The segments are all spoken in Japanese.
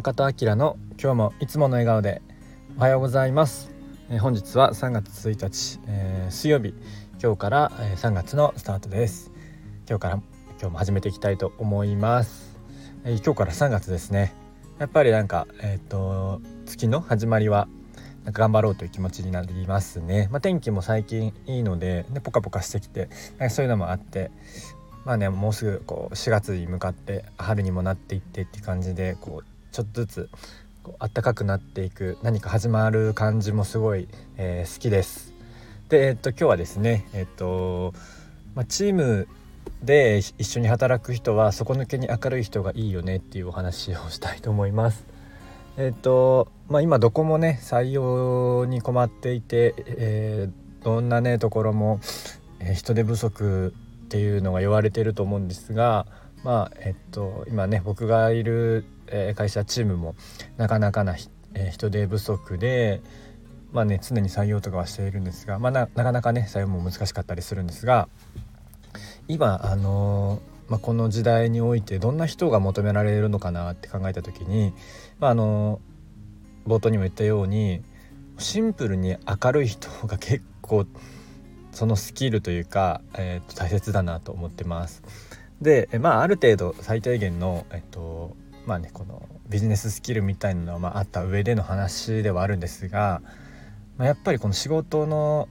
中田明の今日もいつもの笑顔で。おはようございます。本日は3月1日、水曜日。今日から、3月のスタートです。今日も始めていきたいと思います。今日から3月ですね。やっぱり月の始まりは頑張ろうという気持ちになりますね。天気も最近いいので、ポカポカしてきて、そういうのもあって、もうすぐ4月に向かって春にもなっていってっていう感じで、ちょっとずつ暖かくなっていく、何か始まる感じもすごい、好きです。で、今日はですね、チームで一緒に働く人は底抜けに明るい人がいいよねっていうお話をしたいと思います。今どこもね採用に困っていて、どんなねところも、人手不足っていうのが言われていると思うんですが、今ね僕がいる、会社チームもなかなかな、人手不足で常に採用とかはしているんですが、なかなかね採用も難しかったりするんですが、今この時代においてどんな人が求められるのかなって考えた時に、冒頭にも言ったようにシンプルに明るい人が結構そのスキルというか、大切だなと思ってます。で、ある程度最低限の、このビジネススキルみたいなのはあった上での話ではあるんですが、やっぱりこの仕事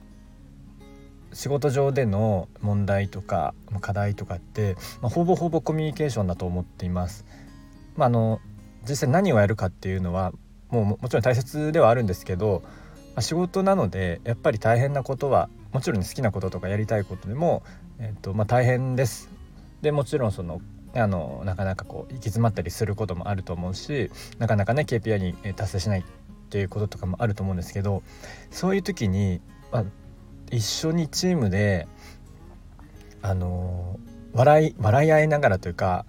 上での問題とか課題とかって、ほぼほぼコミュニケーションだと思っています。実際何をやるかっていうのはもちろん大切ではあるんですけど、仕事なのでやっぱり大変なことはもちろん好きなこととかやりたいことでも、大変です。でもちろんなかなか行き詰まったりすることもあると思うし、なかなかね KPI に達成しないっていうこととかもあると思うんですけど、そういう時に、一緒にチームで笑い合いながらというか、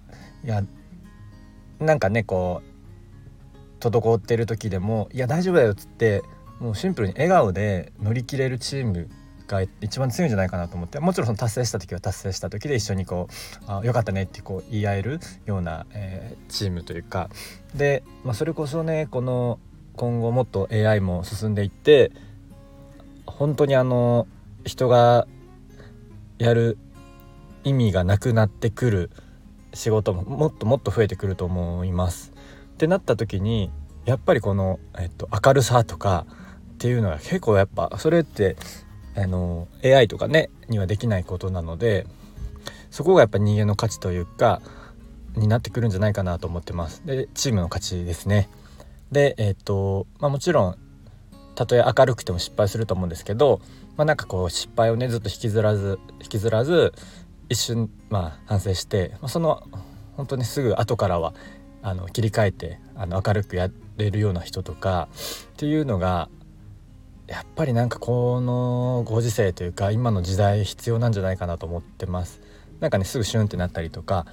滞ってる時でも大丈夫だよっつって、もうシンプルに笑顔で乗り切れるチームが一番強いんじゃないかなと思って、もちろんその達成した時は達成した時で一緒によかったねって言い合えるような、チームというかで、それこそね今後もっと AI も進んでいって、本当に人がやる意味がなくなってくる仕事ももっともっと増えてくると思います。ってなった時にやっぱり明るさとかっていうのは結構やっぱそれってAI とかねにはできないことなので、そこがやっぱ人間の価値というかになってくるんじゃないかなと思ってます。でチームの価値ですね。でもちろんたとえ明るくても失敗すると思うんですけど、失敗をねずっと引きずらず一瞬反省して、本当にすぐ後からは切り替えて明るくやれるような人とかっていうのがやっぱりこのご時世というか今の時代必要なんじゃないかなと思ってます。すぐシュンってなったりとか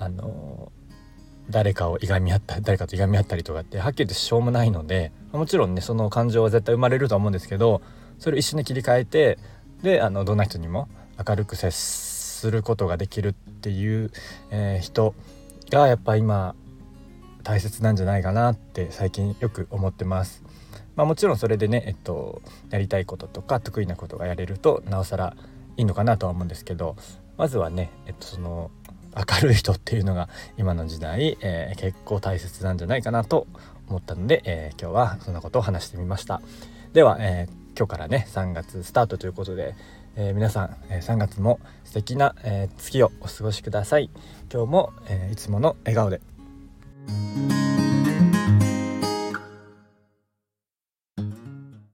誰かといがみ合ったりとかってはっきり言ってしょうもないので、もちろんねその感情は絶対生まれるとは思うんですけど、それを一瞬で切り替えて、でどんな人にも明るく接することができるっていう、人がやっぱ今大切なんじゃないかなって最近よく思ってます。もちろんそれでね、やりたいこととか得意なことがやれるとなおさらいいのかなとは思うんですけど、まずはね、明るい人っていうのが今の時代、結構大切なんじゃないかなと思ったので、今日はそんなことを話してみました。では、今日からね3月スタートということで、皆さん、3月も素敵な、月をお過ごしください。今日も、いつもの笑顔で。